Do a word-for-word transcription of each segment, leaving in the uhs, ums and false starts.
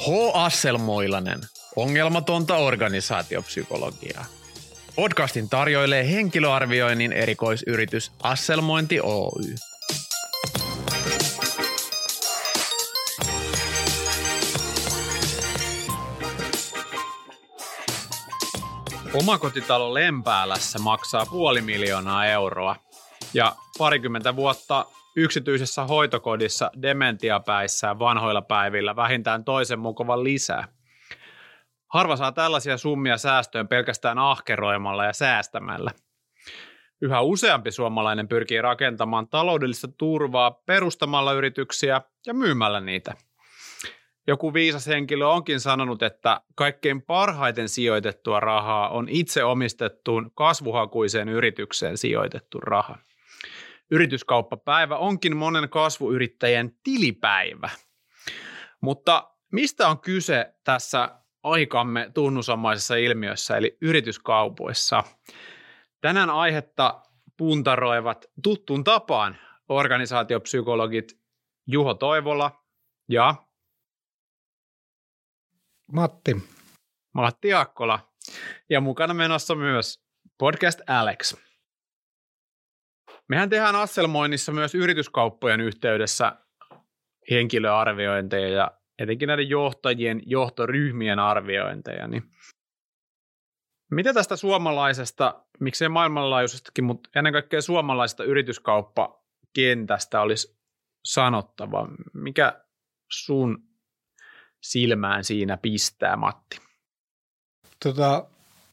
H. Asselmoilanen, ongelmatonta organisaatiopsykologiaa. Podcastin tarjoilee henkilöarvioinnin erikoisyritys Asselmointi Oy. Omakotitalo Lempäälässä maksaa puoli miljoonaa euroa ja parikymmentä vuotta yksityisessä hoitokodissa dementiapäissään vanhoilla päivillä vähintään toisen mukavan lisää. Harva saa tällaisia summia säästöön pelkästään ahkeroimalla ja säästämällä. Yhä useampi suomalainen pyrkii rakentamaan taloudellista turvaa perustamalla yrityksiä ja myymällä niitä. Joku viisas henkilö onkin sanonut, että kaikkein parhaiten sijoitettua rahaa on itse omistettuun kasvuhakuiseen yritykseen sijoitettu raha. Yrityskauppapäivä onkin monen kasvuyrittäjän tilipäivä. Mutta mistä on kyse tässä aikamme tunnusomaisessa ilmiössä, eli yrityskaupoissa? Tänään aihetta puntaroivat tuttuun tapaan organisaatiopsykologit Juho Toivola ja Matti. Matti Akkola. Ja mukana menossa myös Podcast Alex. Mehän tehdään Asselmoinnissa myös yrityskauppojen yhteydessä henkilöarviointeja ja etenkin näiden johtajien, johtoryhmien arviointeja. Niin mitä tästä suomalaisesta, miksei maailmanlaajuisestakin, mutta ennen kaikkea suomalaisesta yrityskauppakentästä olisi sanottava? Mikä sun silmään siinä pistää, Matti? Tota,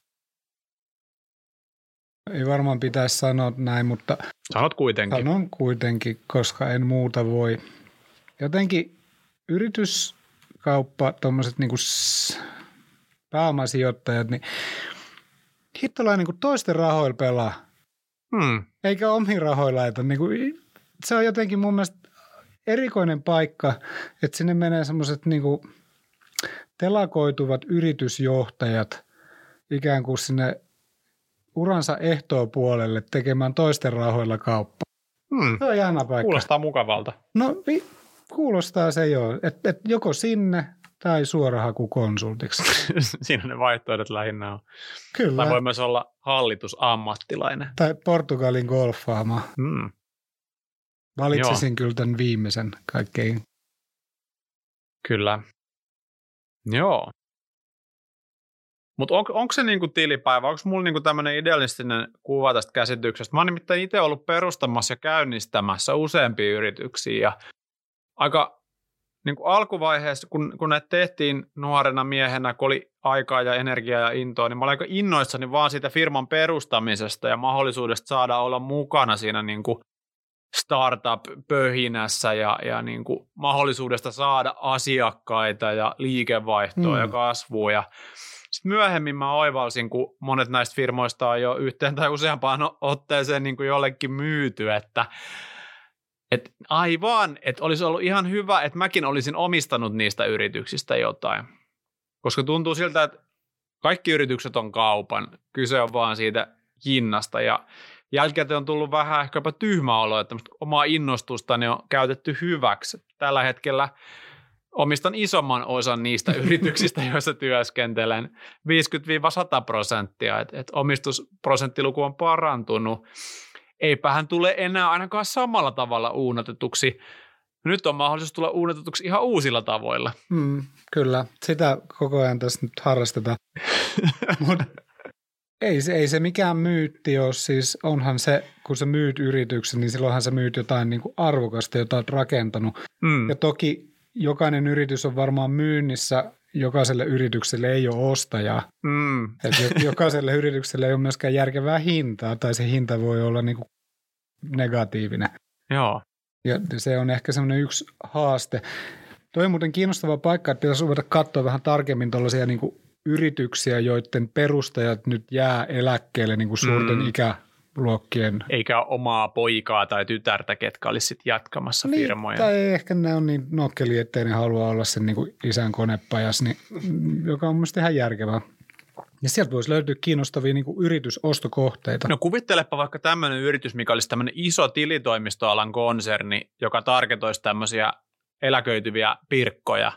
ei varmaan pitäisi sanoa näin, mutta sanot kuitenkin. Sanon kuitenkin, koska en muuta voi. Jotenkin yrityskauppa, tuommoiset niinku pääomasijoittajat, niin hittolainen niin toisten rahoilla pelaa, hmm. eikä omiin rahoilla. Että niin kuin, se on jotenkin mun mielestä erikoinen paikka, että sinne menee semmoiset niin kuin telakoituvat yritysjohtajat ikään kuin sinne uransa ehtoopuolelle tekemään toisten rahoilla kauppaa. Hmm. Se on jännä paikka. Kuulostaa mukavalta. No kuulostaa se jo, että et joko sinne tai suorahakukonsultiksi. Siinä ne vaihtoehdot lähinnä on. Kyllä. Tai voi myös olla hallitusammattilainen. Tai Portugalin golfaama. Hmm. Valitsisin Joo. kyllä tämän viimeisen kaikkein. Kyllä. Joo. Mutta on, onko se niinku tilipäivä, onko mulla niinku tämmöinen idealistinen kuva tästä käsityksestä? Mä oon nimittäin itse ollut perustamassa ja käynnistämässä useampia yrityksiä ja aika niinku alkuvaiheessa, kun, kun näitä tehtiin nuorena miehenä, kun oli aikaa ja energiaa ja intoa, niin mä olin aika innoissani vaan siitä firman perustamisesta ja mahdollisuudesta saada olla mukana siinä niinku startup-pöhinässä ja, ja niin kuin mahdollisuudesta saada asiakkaita ja liikevaihtoa mm. ja kasvua. Ja sitten myöhemmin mä oivalsin, kun monet näistä firmoista on jo yhteen tai useampaan otteeseen niin kuin jollekin myyty, että et aivan, että olisi ollut ihan hyvä, että mäkin olisin omistanut niistä yrityksistä jotain. Koska tuntuu siltä, että kaikki yritykset on kaupan. Kyse on vaan siitä hinnasta ja jälkeen on tullut vähän ehkä jopa tyhmä olo, että omaa innostustani on käytetty hyväksi. Tällä hetkellä omistan isomman osan niistä yrityksistä, joissa työskentelen, viisikymmentä sata prosenttia, että et omistusprosenttiluku on parantunut. Eipähän tule enää ainakaan samalla tavalla uunotetuksi. Nyt on mahdollisuus tulla uunotetuksi ihan uusilla tavoilla. Mm, kyllä, sitä koko ajan tässä nyt harrastetaan. Mutta Ei se, ei se mikään myytti ole, siis onhan se, kun sä myyt yrityksen, niin silloinhan sä myyt jotain niin kuin arvokasta, jota olet rakentanut. Mm. Ja toki jokainen yritys on varmaan myynnissä, jokaiselle yritykselle ei ole ostajaa. Mm. Että jokaiselle yritykselle ei ole myöskään järkevää hintaa, tai se hinta voi olla niin kuin negatiivinen. Joo. Ja se on ehkä semmoinen yksi haaste. Toi on muuten kiinnostava paikka, että pitäisi ruveta katsoa vähän tarkemmin tuollaisia niin kuin yrityksiä, joiden perustajat nyt jää eläkkeelle niin kuin suurten mm. ikäluokkien. Eikä omaa poikaa tai tytärtä, ketkä olisi sit jatkamassa niin, firmoja. Tai ehkä ne on niin nokkeli, ettei ne halua olla sen niin kuin isän konepajas, niin, joka on mielestäni ihan järkevää. Ja sieltä voisi löytyä kiinnostavia niin kuin yritysostokohteita. No kuvittelepa vaikka tämmöinen yritys, mikä olisi tämmöinen iso tilitoimistoalan konserni, joka targetoisi tämmöisiä eläköityviä pirkkoja,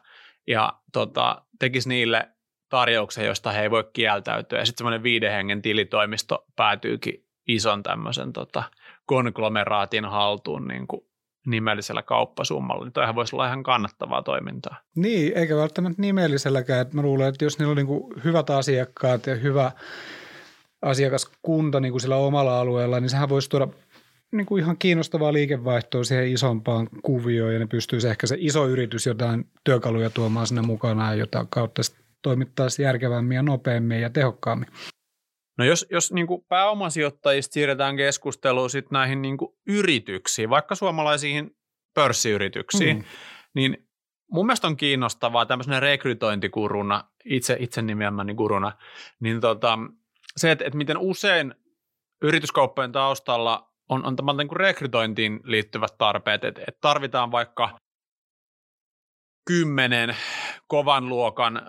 ja tota, tekisi niille tarjouksen, josta he ei voi kieltäytyä. Ja sitten semmoinen viiden hengen tilitoimisto päätyykin ison tämmöisen tota, konglomeraatin haltuun niin kuin nimellisellä kauppasummalla. Niin toihan voisi olla ihan kannattavaa toimintaa. Niin, eikä välttämättä nimelliselläkään. Että mä luulen, että jos niillä on niin kuin hyvät asiakkaat ja hyvä asiakaskunta niin kuin sillä omalla alueella, niin sehän voisi tuoda niin kuin ihan kiinnostavaa liikevaihtoa siihen isompaan kuvioon ja ne pystyisi ehkä se iso yritys jotain työkaluja tuomaan sinne mukanaan, jota kautta toimittaisi järkevämmin ja nopeammin ja tehokkaammin. No jos, jos niin kuin pääomasijoittajista siirretään keskusteluun sit näihin niin kuin yrityksiin, vaikka suomalaisiin pörssiyrityksiin, mm. niin mun mielestä on kiinnostavaa tämmöisenä rekrytointikuruna, itse, itse nimeämäni kuruna, niin tota, se, että, että miten usein yrityskauppojen taustalla on, on tämän niin kuin rekrytointiin liittyvät tarpeet, että, että tarvitaan vaikka kymmenen kovan luokan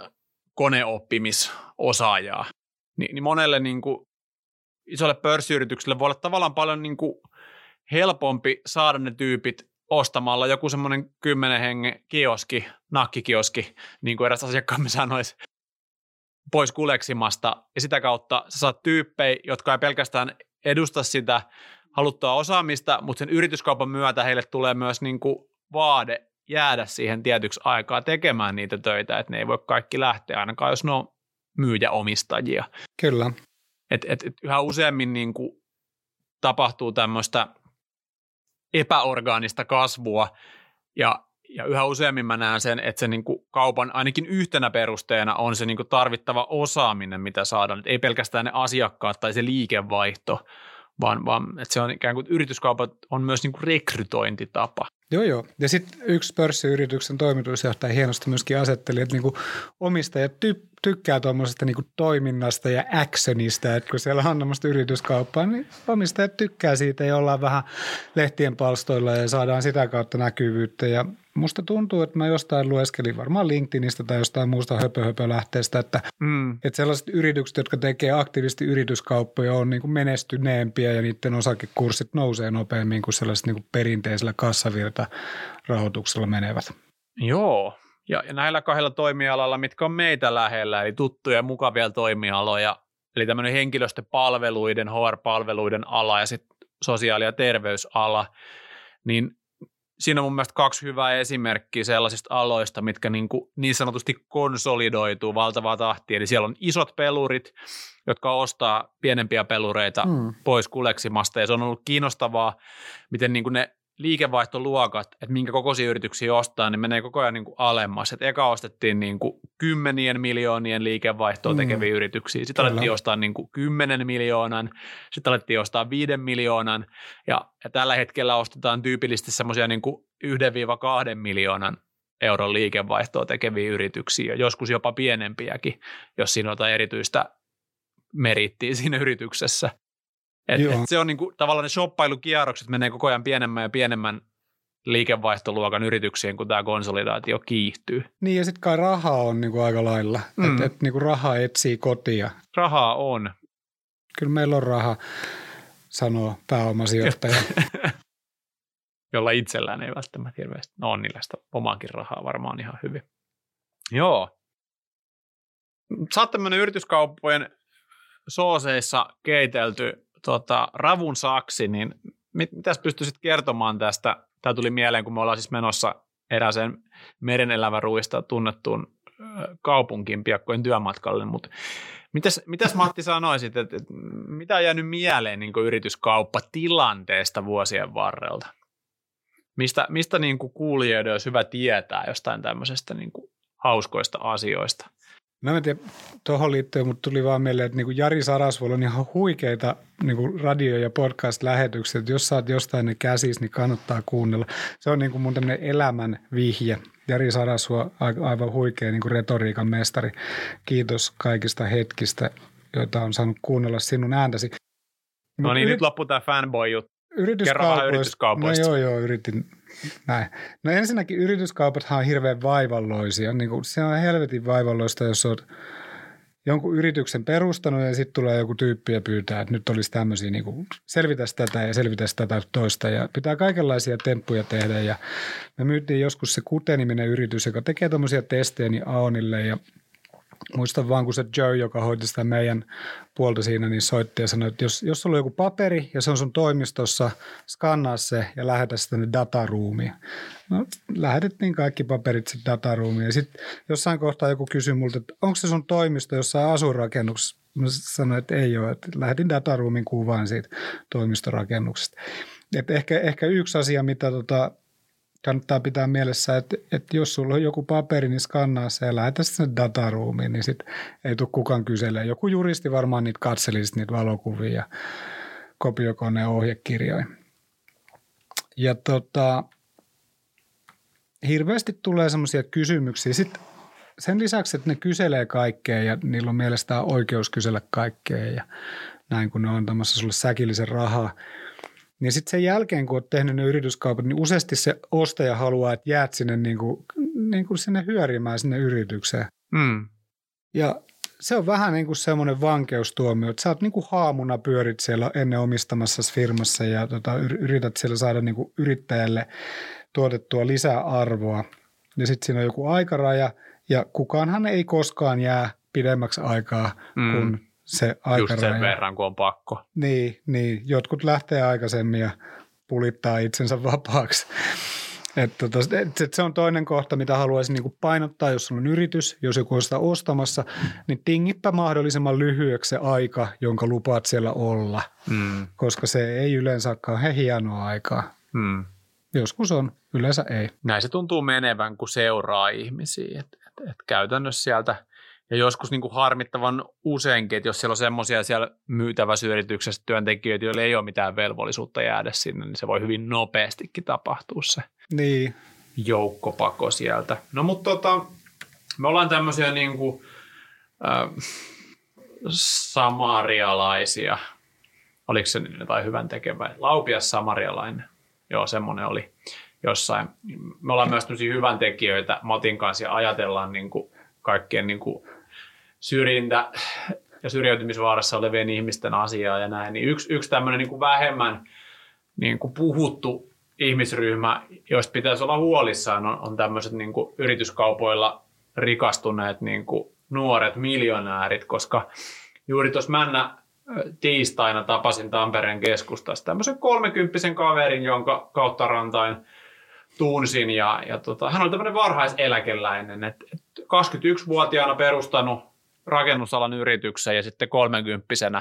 koneoppimisosaajaa. Ni, niin monelle niin kuin isolle pörssiyritykselle voi olla tavallaan paljon niin kuin helpompi saada ne tyypit ostamalla joku semmoinen kymmenen hengen kioski, nakkikioski, niin kuin eräs asiakkaamme sanoisi, pois kuleksimasta. Ja sitä kautta sä saat tyyppejä, jotka ei pelkästään edusta sitä haluttua osaamista, mutta sen yrityskaupan myötä heille tulee myös niin kuin vaade jäädä siihen tietyksi aikaa tekemään niitä töitä, että ne ei voi kaikki lähteä, ainakaan jos ne on myyjäomistajia. Kyllä. Et, et, et yhä useammin niin kuin tapahtuu tämmöistä epäorgaanista kasvua, ja, ja yhä useammin mä näen sen, että se niin kuin kaupan ainakin yhtenä perusteena on se niin kuin tarvittava osaaminen, mitä saadaan. Et ei pelkästään ne asiakkaat tai se liikevaihto, vaan, vaan että se on ikään kuin yrityskaupat on myös niin kuin rekrytointitapa. Joo, joo. Ja sitten yksi pörssiyrityksen toimitusjohtaja hienosti myöskin asetteli, että niinku omistajat ty- tykkää tuommoisesta niinku toiminnasta ja actionista, että kun siellä on tämmöistä yrityskauppaa, niin omistajat tykkää siitä ja ollaan vähän lehtien palstoilla ja saadaan sitä kautta näkyvyyttä. Ja musta tuntuu, että mä jostain lueskelin varmaan LinkedInistä tai jostain muusta höpö-höpö-lähteestä, että, mm. että sellaiset yritykset, jotka tekee aktiivisesti yrityskauppoja, on niinku menestyneempiä ja niiden osakekurssit nousee nopeammin kuin sellaiset niinku perinteisellä kassavirta rahoituksella menevät. Joo, ja, ja näillä kahdella toimialalla, mitkä on meitä lähellä, eli tuttuja ja mukavia toimialoja, eli tämmöinen henkilöstöpalveluiden, H R-palveluiden ala ja sitten sosiaali- ja terveysala, niin siinä on mun mielestä kaksi hyvää esimerkkiä sellaisista aloista, mitkä niin, kuin niin sanotusti konsolidoituu valtavaa tahtia. Eli siellä on isot pelurit, jotka ostaa pienempiä pelureita mm. pois kuleksimasta, ja se on ollut kiinnostavaa, miten niin kuin ne liikevaihtoluokat, että minkä kokoisia yrityksiä ostaa, niin menee koko ajan niin kuin alemmas. Et eka ostettiin niin kuin kymmenien miljoonien liikevaihtoa tekeviä mm. yrityksiä, sitten alettiin ostaa niin kuin kymmenen miljoonan, sitten alettiin ostaa viiden miljoonan, ja, ja tällä hetkellä ostetaan tyypillisesti semmoisia niin kuin yhden kahden miljoonan euron liikevaihtoa tekeviä yrityksiä, joskus jopa pienempiäkin, jos siinä on jotain erityistä merittiä siinä yrityksessä. Et, et se on niinku, tavallaan ne shoppailukierrokset menee koko ajan pienemmän ja pienemmän liikevaihtoluokan yrityksiin, kun tämä konsolidaatio kiihtyy. Niin ja sitten kai rahaa on niinku aika lailla, mm. että et, niinku raha etsii kotia. Rahaa on. Kyllä meillä on raha, sanoo pääomasijoittaja. Jolla itsellään ei välttämättä hirveästi. No on niillä sitä omaakin rahaa varmaan ihan hyvin. Joo. Sä oot tämmöinen yrityskauppojen sooseissa keitelty tota, ravun saksi, niin mit, mitäs pystyisit kertomaan tästä? Tämä tuli mieleen, kun me ollaan siis menossa erääseen mereneläväruista tunnettuun kaupunkiin piakkoin työmatkalle, mutta mitäs, mitäs Matti sanoisit, että, että mitä on jäänyt mieleen niin kuin yrityskauppatilanteesta vuosien varrelta? Mistä, mistä niin kuin kuulijoiden olisi hyvä tietää jostain tämmöisestä niin kuin hauskoista asioista? No en tiedä, tuohon liittyen, mutta tuli vaan mieleen, että niin kuin Jari Sarasvuolla on ihan huikeita niin kuin radio- ja podcast-lähetyksiä, että jos saat jostain ne käsis, niin kannattaa kuunnella. Se on niin kuin mun tämmöinen elämän vihje. Jari Sarasvuo, aivan huikea niin kuin retoriikan mestari. Kiitos kaikista hetkistä, joita on saanut kuunnella sinun ääntäsi. No Mut niin, yrit... nyt loppuu tämä fanboy-juttu. Kerro vähän yrityskaupoista. No joo, joo, yritin näin. No ensinnäkin yrityskaupathan on hirveän vaivalloisia. Niin kuin, se on helvetin vaivalloista, jos olet jonkun yrityksen perustanut ja sitten tulee joku tyyppi ja pyytää, että nyt olisi tämmöisiä, niin kuin selvitäisi tätä ja selvitäisi tätä toista ja pitää kaikenlaisia temppuja tehdä ja me myytiin joskus se Kute-niminen yritys, joka tekee tämmöisiä testejä niin Aonille ja muistan vaan, kun se Joe, joka hoiti sitä meidän puolta siinä, niin soitti ja sanoi, että jos, jos sulla on joku paperi ja se on sun toimistossa, skannaa se ja lähetä sitä tänne dataruumiin. No, lähetettiin kaikki paperit sitten dataruumiin. Ja sitten jossain kohtaa joku kysyi multa, että onko se sun toimisto jossain asuinrakennuksessa? Mä sanoin, että ei ole. Että lähetin dataruumin kuvan siitä toimistorakennuksesta. Että ehkä, ehkä yksi asia, mitä tota, kannattaa pitää mielessä, että, että jos sulla on joku paperi, niin skannaa se ja lähetä sinne dataruumiin, niin sitten ei tule kukaan kyselemään. Joku juristi varmaan niitä katselisi, niitä valokuvia ja kopiokoneen ohjekirjoja. Ja tota, hirveästi tulee semmoisia kysymyksiä. Sitten sen lisäksi, että ne kyselee kaikkea ja niillä on mielestään oikeus kysellä kaikkea ja näin, kun ne on antamassa sulle säkillisen rahaa. Niin sitten sen jälkeen, kun olet tehnyt ne yrityskaupat, niin useasti se ostaja haluaa, että jäät sinne, niin kuin, niin kuin sinne hyörimään sinne yritykseen. Mm. Ja se on vähän niin kuin semmoinen vankeustuomio, että sä oot niin kuin haamuna pyörit siellä ennen omistamassa firmassa ja tota, yrität siellä saada niin kuin yrittäjälle tuotettua lisää arvoa. Ja sitten siinä on joku aikaraja ja kukaanhan ei koskaan jää pidemmäksi aikaa mm. kuin se aikaraja. Just sen verran, kun on pakko. Niin, niin. Jotkut lähtee aikaisemmin ja pulittaa itsensä vapaaksi. Että tota, et se on toinen kohta, mitä haluaisin niinku painottaa, jos sulla on yritys, jos joku on sitä ostamassa, niin tingippä mahdollisimman lyhyeksi se aika, jonka lupaat siellä olla, mm. koska se ei yleensä ole kauhean hienoa aikaa. Mm. Joskus on, yleensä ei. Näin se tuntuu menevän, kun seuraa ihmisiä, että et, et käytännössä sieltä ja joskus niin kuin harmittavan useinkin, että jos siellä on semmoisia siellä myytävässä yrityksessä työntekijöitä, joilla ei ole mitään velvollisuutta jäädä sinne, niin se voi hyvin nopeastikin tapahtua se niin. joukkopako sieltä. No mutta tota, me ollaan tämmöisiä niin kuin, äh, samarialaisia, oliko se jotain hyvän tekevää, laupias samarialainen, joo semmoinen oli jossain. Me ollaan myös tämmöisiä hyvän tekijöitä Matin kanssa ja ajatellaan niin kuin kaikkien niin kuin syrjintä- ja syrjäytymisvaarassa olevien ihmisten asiaa ja näin. Niin yksi, yksi tämmöinen niin kuin vähemmän niin kuin puhuttu ihmisryhmä, joista pitäisi olla huolissaan, on, on tämmöiset niin kuin yrityskaupoilla rikastuneet niin kuin nuoret miljonäärit, koska juuri tuossa männä tiistaina tapasin Tampereen keskustassa tämmöisen kolmekymppisen kaverin, jonka kautta rantain tunsin ja, ja tota, hän oli tämmöinen varhaiseläkeläinen, että et kaksikymmentäyksivuotiaana perustanut rakennusalan yrityksen ja sitten kolmekymppisenä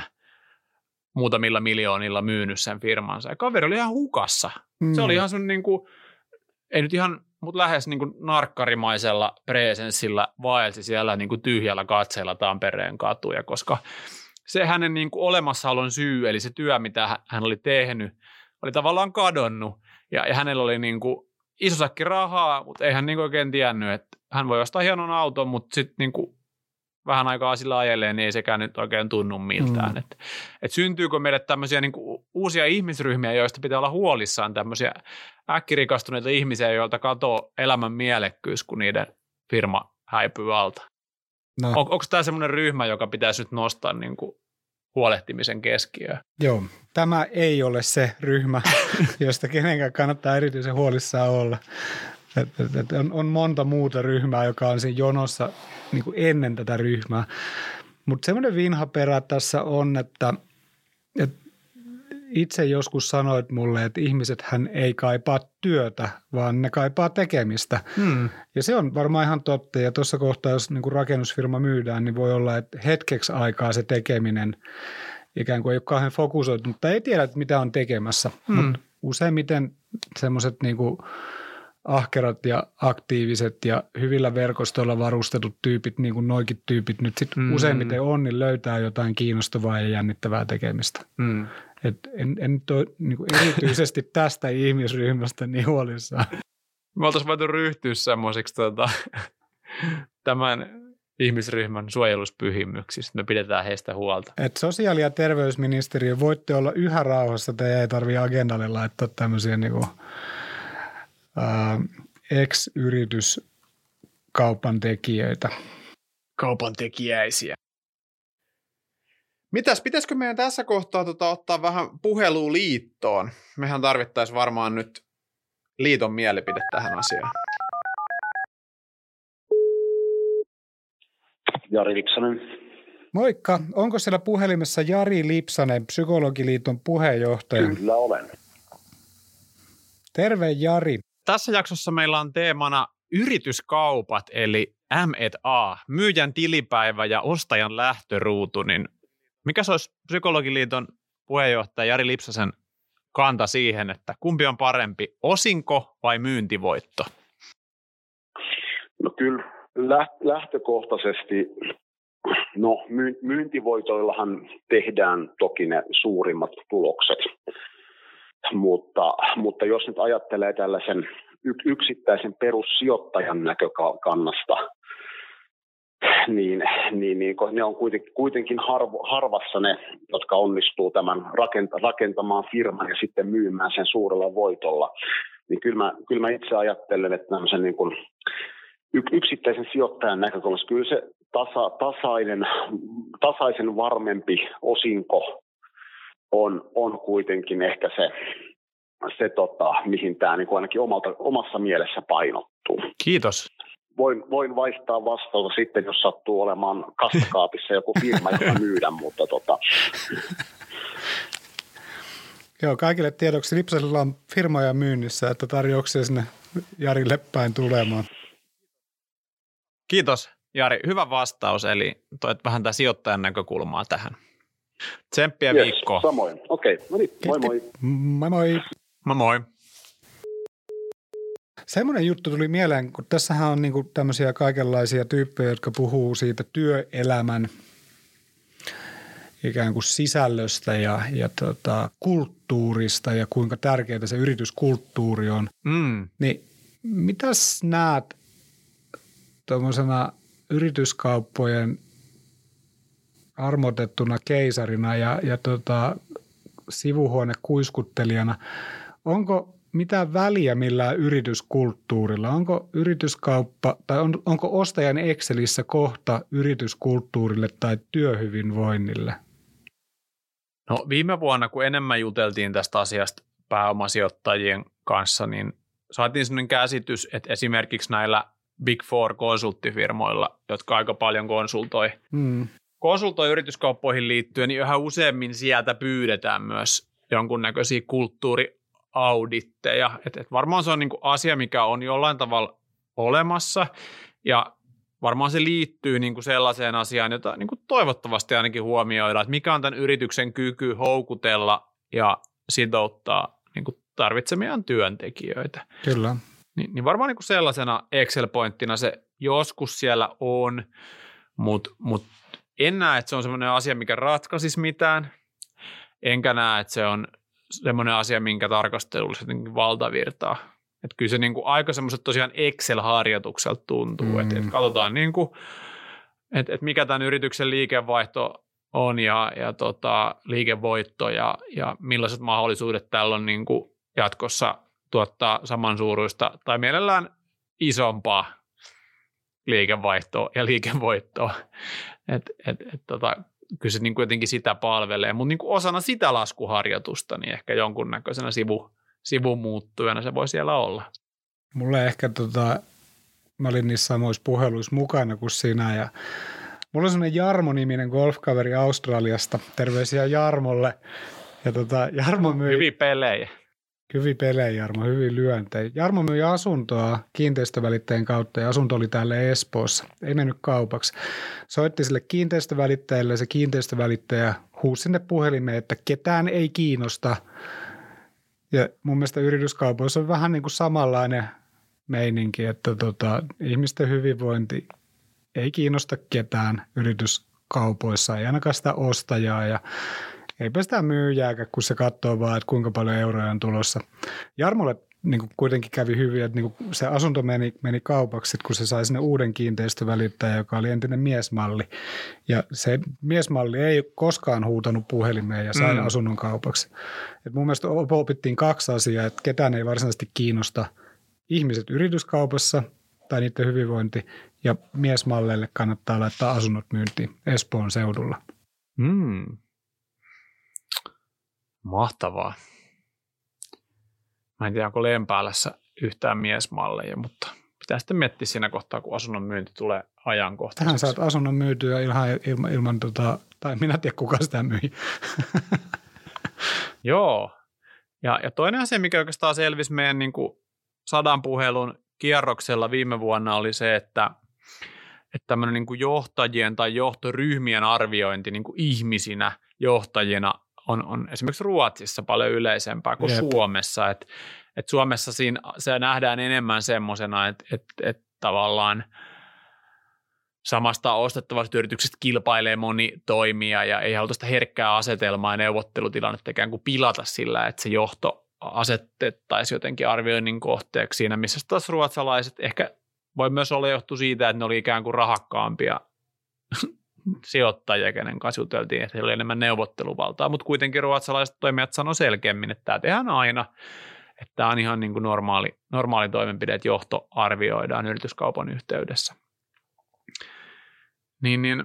muutamilla miljoonilla myynyt sen firmansa. Ja kaveri oli ihan hukassa. Mm. Se oli ihan semmoinen, niin kuin, ei nyt ihan, mutta lähes niin kuin narkkarimaisella presenssillä vaelsi siellä niin kuin tyhjällä katseella Tampereen katuja, koska se hänen niin kuin olemassaolon syy, eli se työ, mitä hän oli tehnyt, oli tavallaan kadonnut. Ja, ja hänellä oli niin kuin iso säkki rahaa, mutta ei hän niin kuin oikein tiennyt, että hän voi ostaa hienon auton, mutta sitten niin kuin vähän aikaa sillä ajelee, niin ei sekään nyt oikein tunnu miltään. Mm. Että et syntyykö meille tämmöisiä niin kuin uusia ihmisryhmiä, joista pitää olla huolissaan, tämmöisiä äkkirikastuneita ihmisiä, joilta katoo elämän mielekkyys, kun niiden firma häipyy alta. No. On, onko tämä semmoinen ryhmä, joka pitäisi nyt nostaa niin kuin huolehtimisen keskiöön? Joo, tämä ei ole se ryhmä, josta kenenkään kannattaa erityisen huolissaan olla. Et, et, et on, on monta muuta ryhmää, joka on siinä jonossa niin kuin ennen tätä ryhmää. Mutta semmoinen vinhaperä tässä on, että, että itse joskus sanoit mulle, että ihmisethän ei kaipaa työtä, vaan ne kaipaa tekemistä. Hmm. Ja se on varmaan ihan totta. Ja tuossa kohtaa, jos niin kuin rakennusfirma myydään, niin voi olla, että hetkeksi aikaa se tekeminen ikään kuin ei ole kauhean fokusoitu, mutta ei tiedä, että mitä on tekemässä. Hmm. Mutta useimmiten semmoiset niin kuin ahkerat ja aktiiviset ja hyvillä verkostoilla varustetut tyypit, niin kuin noikin tyypit nyt sitten mm. useimmiten on, niin löytää jotain kiinnostavaa ja jännittävää tekemistä. Mm. Et en, en nyt ole niin kuin erityisesti tästä ihmisryhmästä niin huolissaan. Me oltaisiin voitu ryhtyä semmoisiksi tota, tämän ihmisryhmän suojeluspyhimyksistä. Me pidetään heistä huolta. Et sosiaali- ja terveysministeriö voitte olla yhä rauhassa, te ei tarvitse agendalle laittaa tämmöisiä niin kuin Uh, ex-yrityskaupan tekijöitä. Kaupan tekijäisiä. Mitäs, pitäisikö meidän tässä kohtaa tota, ottaa vähän puhelua liittoon? Mehän tarvittaisiin varmaan nyt liiton mielipide tähän asiaan. Jari Lipsanen. Moikka. Onko siellä puhelimessa Jari Lipsanen, Psykologiliiton puheenjohtaja? Kyllä olen. Terve Jari. Tässä jaksossa meillä on teemana yrityskaupat, eli M and A, myyjän tilipäivä ja ostajan lähtöruutu. Niin mikä se olisi Psykologiliiton puheenjohtaja Jari Lipsasen kanta siihen, että kumpi on parempi, osinko vai myyntivoitto? No kyllä lähtökohtaisesti, no myyntivoitoillahan tehdään toki ne suurimmat tulokset, mutta, mutta jos nyt ajattelee tällaisen yksittäisen perussijoittajan näkökannasta, niin, niin, niin ne on kuitenkin, kuitenkin harvo, harvassa ne, jotka onnistuu tämän rakentamaan firman ja sitten myymään sen suurella voitolla. Niin kyllä mä, kyllä mä itse ajattelen, että tämmöisen niin kuin yksittäisen sijoittajan näkökulmasta kyllä se tasa, tasainen, tasaisen varmempi osinko on, on kuitenkin ehkä se, se tota, mihin tämä niin kuin ainakin omalta, omassa mielessä painottuu. Kiitos. Voin, voin vaihtaa vastausta sitten, jos sattuu olemaan kassakaapissa joku firma, joka myydä, mutta tota. Joo, kaikille tiedoksi Lipsasella on firmoja myynnissä, että tarjouksia sinne Jarille päin tulemaan. Kiitos Jari, hyvä vastaus, eli toit vähän tämä sijoittajan näkökulmaa tähän. Tsemppiä yes, viikkoa. Samoin, okei, okay. No niin, moi moi. Moi moi. Moi moi. Semmoinen juttu tuli mieleen, kun tässähän on niinku tämmöisiä kaikenlaisia tyyppejä, jotka puhuu siitä työelämän ikään kuin sisällöstä ja, ja tota, kulttuurista ja kuinka tärkeää se yrityskulttuuri on. Mm. Niin mitäs näet tuommoisena yrityskauppojen armotettuna keisarina ja, ja tota, sivuhuonekuiskuttelijana, onko mitään väliä millään yrityskulttuurilla? Onko yrityskauppa tai on, onko ostajan Excelissä kohta yrityskulttuurille tai työhyvinvoinnille? No viime vuonna, kun enemmän juteltiin tästä asiasta pääomasijoittajien kanssa, niin saatiin sellainen käsitys, että esimerkiksi näillä Big Four-konsulttifirmoilla, jotka aika paljon konsultoi, hmm. konsultoi yrityskauppoihin liittyen, niin yhä useammin sieltä pyydetään myös jonkunnäköisiä kulttuuriauditteja. Et, et varmaan se on niinku asia, mikä on jollain tavalla olemassa, ja varmaan se liittyy niinku sellaiseen asiaan, jota niinku toivottavasti ainakin huomioidaan, että mikä on tämän yrityksen kyky houkutella ja sitouttaa niinku tarvitsemiaan työntekijöitä. Kyllä. Niin, niin varmaan niinku sellaisena Excel-pointtina se joskus siellä on, mutta mut en näe, että se on semmoinen asia, mikä ratkaisisi mitään, enkä näe, että se on semmoinen asia, minkä tarkastelulla se valtavirtaa. Että kyllä se niinku aika semmoiset tosiaan Excel-harjoitukselta tuntuu, mm. että et katsotaan, niinku, että et mikä tämän yrityksen liikevaihto on ja, ja tota, liikevoitto ja, ja millaiset mahdollisuudet tällä on niinku jatkossa tuottaa samansuuruista tai mielellään isompaa liikevaihtoa ja liikevoittoa. Et, et, et, tota, kyllä se niin kuin jotenkin sitä palvelee, mutta niin kuin osana sitä laskuharjoitusta niin ehkä jonkunnäköisenä sivu, sivumuuttujana se voi siellä olla. Mulle ehkä, tota, mä olin niissä samoissa puheluissa mukana kuin sinä ja mulla on semmoinen Jarmo-niminen golfkaveri Australiasta. Terveisiä Jarmolle. Ja tota, Jarmo myi... Hyviä pelejä. Hyviä pelejä, Jarmo, hyvin lyöntejä. Jarmo myi asuntoa kiinteistövälitteen kautta ja asunto oli täällä Espoossa. Ei mennyt kaupaksi. Soitti sille kiinteistövälittäjälle ja se kiinteistövälittäjä huusi sinne puhelimeen, että ketään ei kiinnosta. Ja mun mielestä yrityskaupoissa on vähän niin kuin samanlainen meininki, että tota, ihmisten hyvinvointi ei kiinnosta ketään yrityskaupoissa, ei ainakaan sitä ostajaa ja eipä sitä myyjääkään, kun se katsoo vaan, että kuinka paljon euroja on tulossa. Jarmolle niin kuin kuitenkin kävi hyvin, että niin kuin se asunto meni, meni kaupaksi, kun se sai sinne uuden kiinteistövälittäjän, joka oli entinen miesmalli. Ja se miesmalli ei koskaan huutanut puhelimeen ja sai mm. asunnon kaupaksi. Et mun mielestä opittiin kaksi asiaa, että ketään ei varsinaisesti kiinnosta ihmiset yrityskaupassa tai niiden hyvinvointi, ja miesmalleille kannattaa laittaa asunnot myyntiin Espoon seudulla. Mm. Mahtavaa. Mä en tiedä, onko Lempäälässä yhtään miesmalleja, mutta pitää sitten miettiä siinä kohtaa, kun asunnon myynti tulee ajankohtaiseksi. Tähän saat asunnon myytyä ilman, ilman, ilman tota, tai minä tiedä, kuka sitä myi. Joo. Ja, ja toinen asia, mikä oikeastaan selvisi meidän niin kuin sadan puhelun kierroksella viime vuonna, oli se, että, että tämmöinen niin kuin johtajien tai johtoryhmien arviointi niin kuin ihmisinä, johtajina on, on esimerkiksi Ruotsissa paljon yleisempää kuin Jep. Suomessa. Et, et Suomessa siinä, se nähdään enemmän semmoisena, että et, et tavallaan samasta ostettavasta yrityksestä kilpailee moni toimija ja ei haluta sitä herkkää asetelmaa ja neuvottelutilannetta ikään kuin pilata sillä, että se johto asettettaisiin jotenkin arvioinnin kohteeksi siinä, missä taas ruotsalaiset ehkä voi myös olla johtu siitä, että ne oli ikään kuin rahakkaampia sijoittajia, kenen kanssa juteltiin, että heillä oli enemmän neuvotteluvaltaa, mutta kuitenkin ruotsalaiset toimijat sanoi selkeämmin, että tämä tehdään aina, että tämä on ihan niin kuin normaali, normaali toimenpide, että johto arvioidaan yrityskaupan yhteydessä. Niin, niin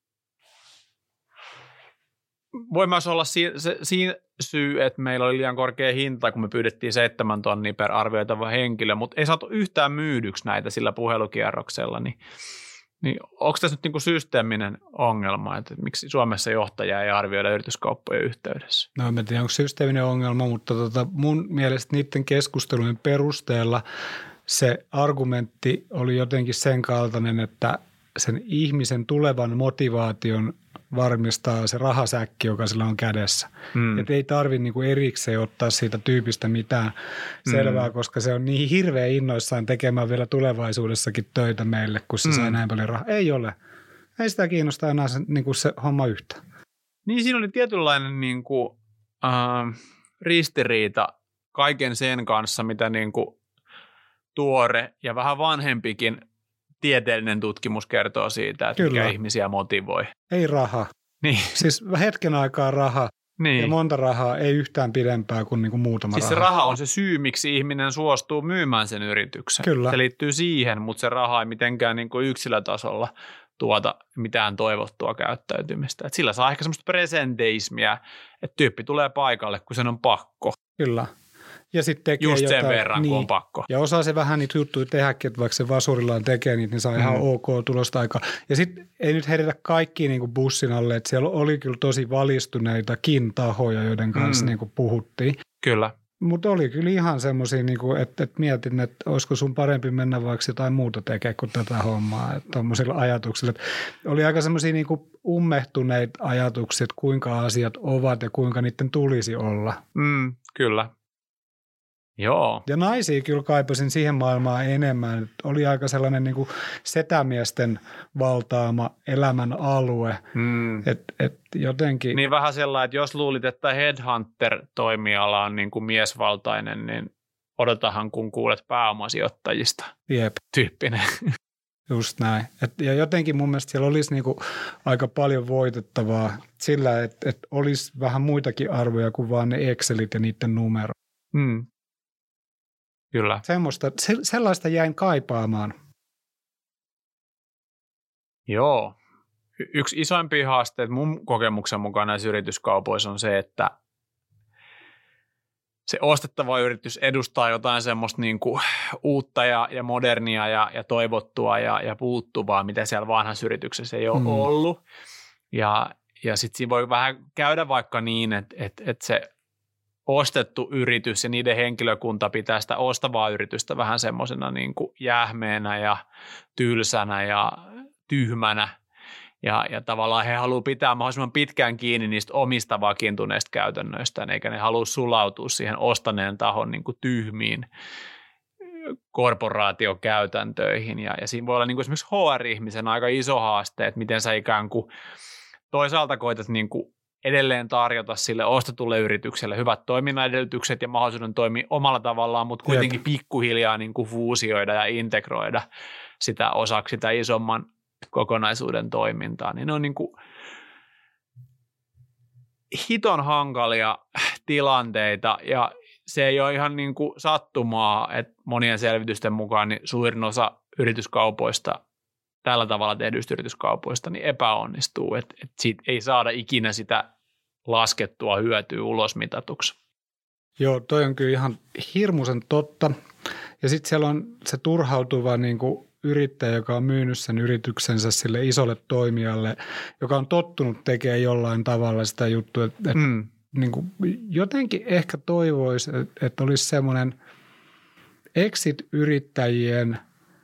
voi myös olla siinä si, si, syy, että meillä oli liian korkea hinta, kun me pyydettiin seitsemän tonnia per arvioitava henkilö, mutta ei saatu yhtään myydyksi näitä sillä puhelukierroksella, niin, niin onko tässä nyt niinku systeeminen ongelma, että miksi Suomessa johtajaa ei arvioida yrityskauppojen yhteydessä? No en tiedä, onko systeeminen ongelma, mutta tota, mun mielestä niiden keskustelujen perusteella se argumentti oli jotenkin sen kaltainen, että sen ihmisen tulevan motivaation varmistaa se rahasäkki, joka sillä on kädessä. Mm. Että ei tarvitse niinku erikseen ottaa siitä tyypistä mitään selvää, mm. koska se on niin hirveän innoissaan tekemään vielä tulevaisuudessakin töitä meille, kun se mm. sai näin paljon rahaa. Ei ole. Ei sitä kiinnosta enää se, niinku se homma yhtä. Niin siinä oli tietynlainen niinku, äh, ristiriita kaiken sen kanssa, mitä niinku tuore ja vähän vanhempikin tieteellinen tutkimus kertoo siitä, että Kyllä. mikä ihmisiä motivoi. Ei raha. Niin. Siis hetken aikaa raha niin. ja monta rahaa, ei yhtään pidempää kuin niinku muutama siis raha. Siis se raha on se syy, miksi ihminen suostuu myymään sen yrityksen. Kyllä. Se liittyy siihen, mutta se raha ei mitenkään niinku yksilötasolla tuota mitään toivottua käyttäytymistä. Et sillä saa ehkä semmoista presenteismiä, että tyyppi tulee paikalle, kun sen on pakko. Kyllä. Ja sitten tekee just sen jotain, verran, niin, kun on pakko. Ja osaa se vähän niitä juttuja tehdäkin, että vaikka se vasurillaan tekee niitä, niin saa mm. ihan ok tulosta aikaa. Ja sitten ei nyt herätä kaikki niin kuin bussin alle, että siellä oli kyllä tosi valistuneitakin tahoja, joiden kanssa mm. niin kuin puhuttiin. Kyllä. Mutta oli kyllä ihan semmoisia, niin että, että mietin, että olisiko sun parempi mennä vaikka jotain muuta tekemään kuin tätä hommaa, tuommoisilla ajatuksilla. Että oli aika semmoisia niin kuin ummehtuneita ajatuksia, että kuinka asiat ovat ja kuinka niiden tulisi olla. Mm, kyllä. Joo. Ja naisia kyllä kaipasin siihen maailmaan enemmän. Että oli aika sellainen niin kuin setämiesten valtaama elämän alue. Mm. Et, et jotenkin. Niin vähän sellainen, että jos luulit, että headhunter-toimiala on niin kuin miesvaltainen, niin odotahan kun kuulet pääomasijoittajista. Jep. Tyyppinen. Just näin. Et, ja jotenkin mun mielestä siellä olisi niinku aika paljon voitettavaa sillä, että et olisi vähän muitakin arvoja kuin vaan ne Excelit ja niiden numero. Mm. Kyllä. Semmoista, se, sellaista jäin kaipaamaan. Joo. Y- yksi isoimpia haasteita mun kokemuksen mukaan näissä yrityskaupoissa on se, että se ostettava yritys edustaa jotain semmoista niin kuin uutta ja, ja modernia ja, ja toivottua ja, ja puuttuvaa, mitä siellä vanhassa yrityksessä ei ole mm. ollut. Ja, ja sitten siinä voi vähän käydä vaikka niin, että, että, että se ostettu yritys ja niiden henkilökunta pitää sitä ostavaa yritystä vähän semmoisena niin kuin jähmeenä ja tylsänä ja tyhmänä. Ja, ja tavallaan he haluaa pitää mahdollisimman pitkään kiinni niistä omista vakiintuneista käytännöistä, eikä ne halua sulautua siihen ostaneen tahon niin kuin tyhmiin korporaatiokäytäntöihin. Ja, ja siinä voi olla niin kuin esimerkiksi H R-ihmisen aika iso haaste, että miten sä ikään kuin toisaalta koetat niin kuin edelleen tarjota sille ostetulle yritykselle hyvät toiminnan edellytykset ja mahdollisuuden toimia omalla tavallaan, mutta kuitenkin Jep. pikkuhiljaa niin kuin fuusioida ja integroida sitä osaksi sitä isomman kokonaisuuden toimintaa. Niin ne on niin kuin hiton hankalia tilanteita ja se ei ole ihan niin kuin sattumaa, että monien selvitysten mukaan niin suurin osa yrityskaupoista tällä tavalla tehdyistä yrityskaupoista niin epäonnistuu, että, että siitä ei saada ikinä sitä laskettua hyötyä ulosmitatuksi. Joo, toi on kyllä ihan hirmuisen totta. Ja sitten siellä on se turhautuva niin kuin yrittäjä, joka on myynyt sen yrityksensä sille isolle toimijalle, joka on tottunut tekemään jollain tavalla sitä juttua, että mm. niin kuin jotenkin ehkä toivoisi, että, että olisi semmoinen exit-yrittäjien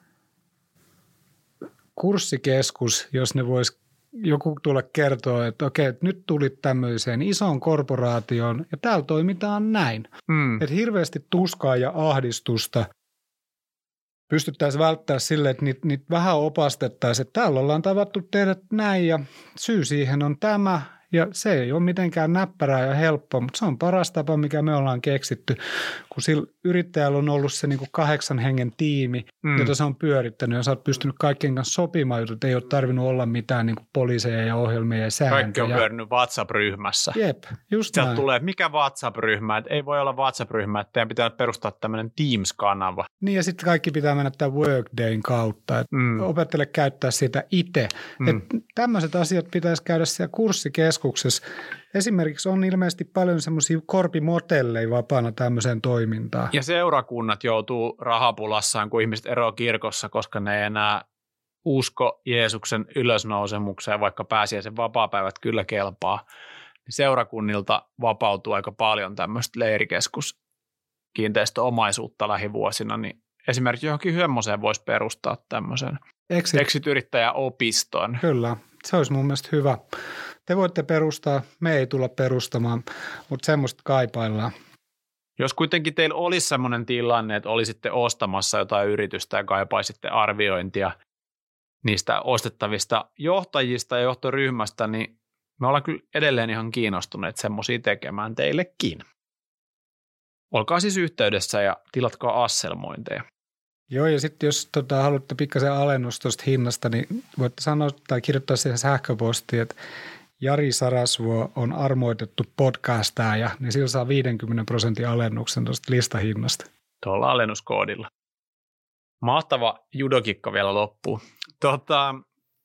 kurssikeskus, jos ne vois joku tulla kertoa, että okei, että nyt tulit tämmöiseen isoon korporaatioon ja täällä toimitaan näin. Mm. Että hirveästi tuskaa ja ahdistusta pystyttäisiin välttämään sille, että niitä, niitä vähän opastettaisiin, että täällä ollaan tavattu tehdä näin ja syy siihen on tämä. Ja se ei ole mitenkään näppärää ja helppoa, mutta se on paras tapa, mikä me ollaan keksitty, kun sillä yrittäjällä on ollut se niin kuin kahdeksan hengen tiimi, mm. jota se on pyörittänyt ja sä oot pystynyt kaikkien kanssa sopimaan jutut. Ei ole tarvinnut olla mitään niin kuin poliiseja ja ohjelmia ja sääntöjä. Kaikki on pyörinyt WhatsApp-ryhmässä. Jep, just Sieltä näin. tulee, mikä WhatsApp-ryhmä, että ei voi olla WhatsApp-ryhmä, että teidän pitää perustaa tämmöinen Teams-kanava. Niin ja sitten kaikki pitää mennä tämän Workdayn kautta, että mm. opettele käyttää sitä itse. Mm. Tämmöiset asiat pitäisi käydä siellä kurssikeskuksessa. Esimerkiksi on ilmeisesti paljon semmoisia korpimotelleja vapaana tämmöiseen toimintaan. Ja seurakunnat joutuu rahapulassaan, kun ihmiset eroaa kirkossa, koska ne ei enää usko Jeesuksen ylösnousemukseen, vaikka pääsiäisen vapaapäivät kyllä kelpaa. Seurakunnilta vapautuu aika paljon tämmöistä leirikeskuskiinteistöomaisuutta lähivuosina, niin esimerkiksi johonkin hyömmoseen voisi perustaa tämmöisen Exit. Exit-yrittäjäopiston. Kyllä, se olisi mun mielestä hyvä. Te voitte perustaa, me ei tulla perustamaan, mutta semmoista kaipaillaan. Jos kuitenkin teillä olisi semmoinen tilanne, että olisitte ostamassa jotain yritystä ja kaipaisitte arviointia niistä ostettavista johtajista ja johtoryhmästä, niin me ollaan kyllä edelleen ihan kiinnostuneet semmoisia tekemään teillekin. Olkaa siis yhteydessä ja tilatkaa asselmointeja. Joo, ja sitten jos tota, haluatte pikkasen alennusta tuosta hinnasta, niin voitte sanoa tai kirjoittaa siihen sähköpostiin, että Jari Sarasvuo on armoitettu podcastaaja, niin sillä saa viidenkymmenen prosentin alennuksen tuosta listahinnasta. Tuolla alennuskoodilla. Mahtava judokikka vielä loppuun. Tota,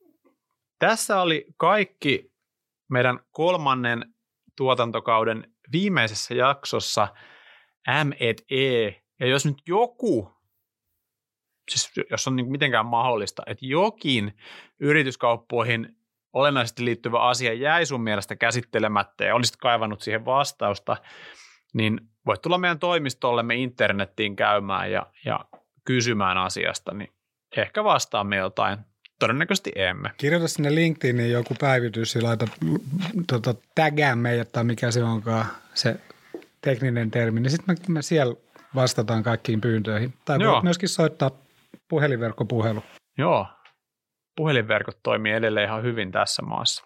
tässä oli kaikki meidän kolmannen tuotantokauden viimeisessä jaksossa M et E. Ja jos nyt joku, siis jos on niin mitenkään mahdollista, että jokin yrityskauppoihin olennaisesti liittyvä asia jäi sun mielestä käsittelemättä ja olisit kaivannut siihen vastausta, niin voit tulla meidän toimistollemme internettiin käymään ja, ja kysymään asiasta, niin ehkä vastaamme jotain. Todennäköisesti emme. Kirjoita sinne LinkedIniin joku päivitys ja laita tota, tägää meidät tai mikä se onkaan se tekninen termi, niin sitten me, me siellä vastataan kaikkiin pyyntöihin. Tai voit myöskin soittaa puhelinverkkopuhelu. Joo. Puhelinverkot toimii edelleen ihan hyvin tässä maassa.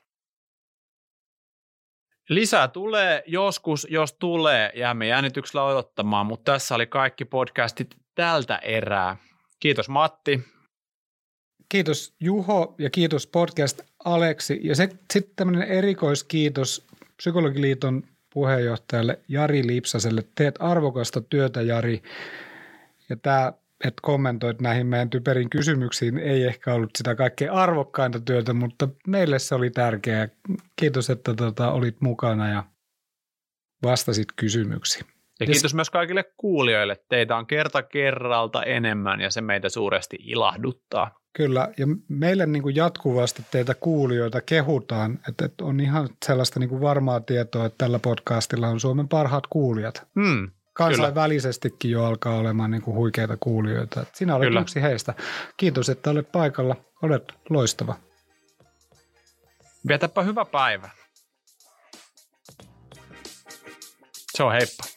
Lisää tulee joskus, jos tulee, jäämme jännityksellä odottamaan, mutta tässä oli kaikki podcastit tältä erää. Kiitos Matti. Kiitos Juho ja kiitos podcast Aleksi. Ja sitten tämmöinen erikoiskiitos Psykologiliiton puheenjohtajalle Jari Lipsaselle. Teet arvokasta työtä, Jari. Ja tämä, että kommentoit näihin meidän typerin kysymyksiin, ei ehkä ollut sitä kaikkein arvokkainta työtä, mutta meille se oli tärkeää. Kiitos, että tota, olit mukana ja vastasit kysymyksiin. Ja kiitos myös kaikille kuulijoille. Teitä on kerta kerralta enemmän ja se meitä suuresti ilahduttaa. Kyllä, ja meille niin kuin jatkuvasti teitä kuulijoita kehutaan, että, että on ihan sellaista niin kuin varmaa tietoa, että tällä podcastilla on Suomen parhaat kuulijat. Hmm, Kansainvälisestikin jo alkaa olemaan niin kuin huikeita kuulijoita. Että sinä olet kyllä yksi heistä. Kiitos, että olet paikalla. Olet loistava. Vietäpä hyvä päivä. Se on heippa.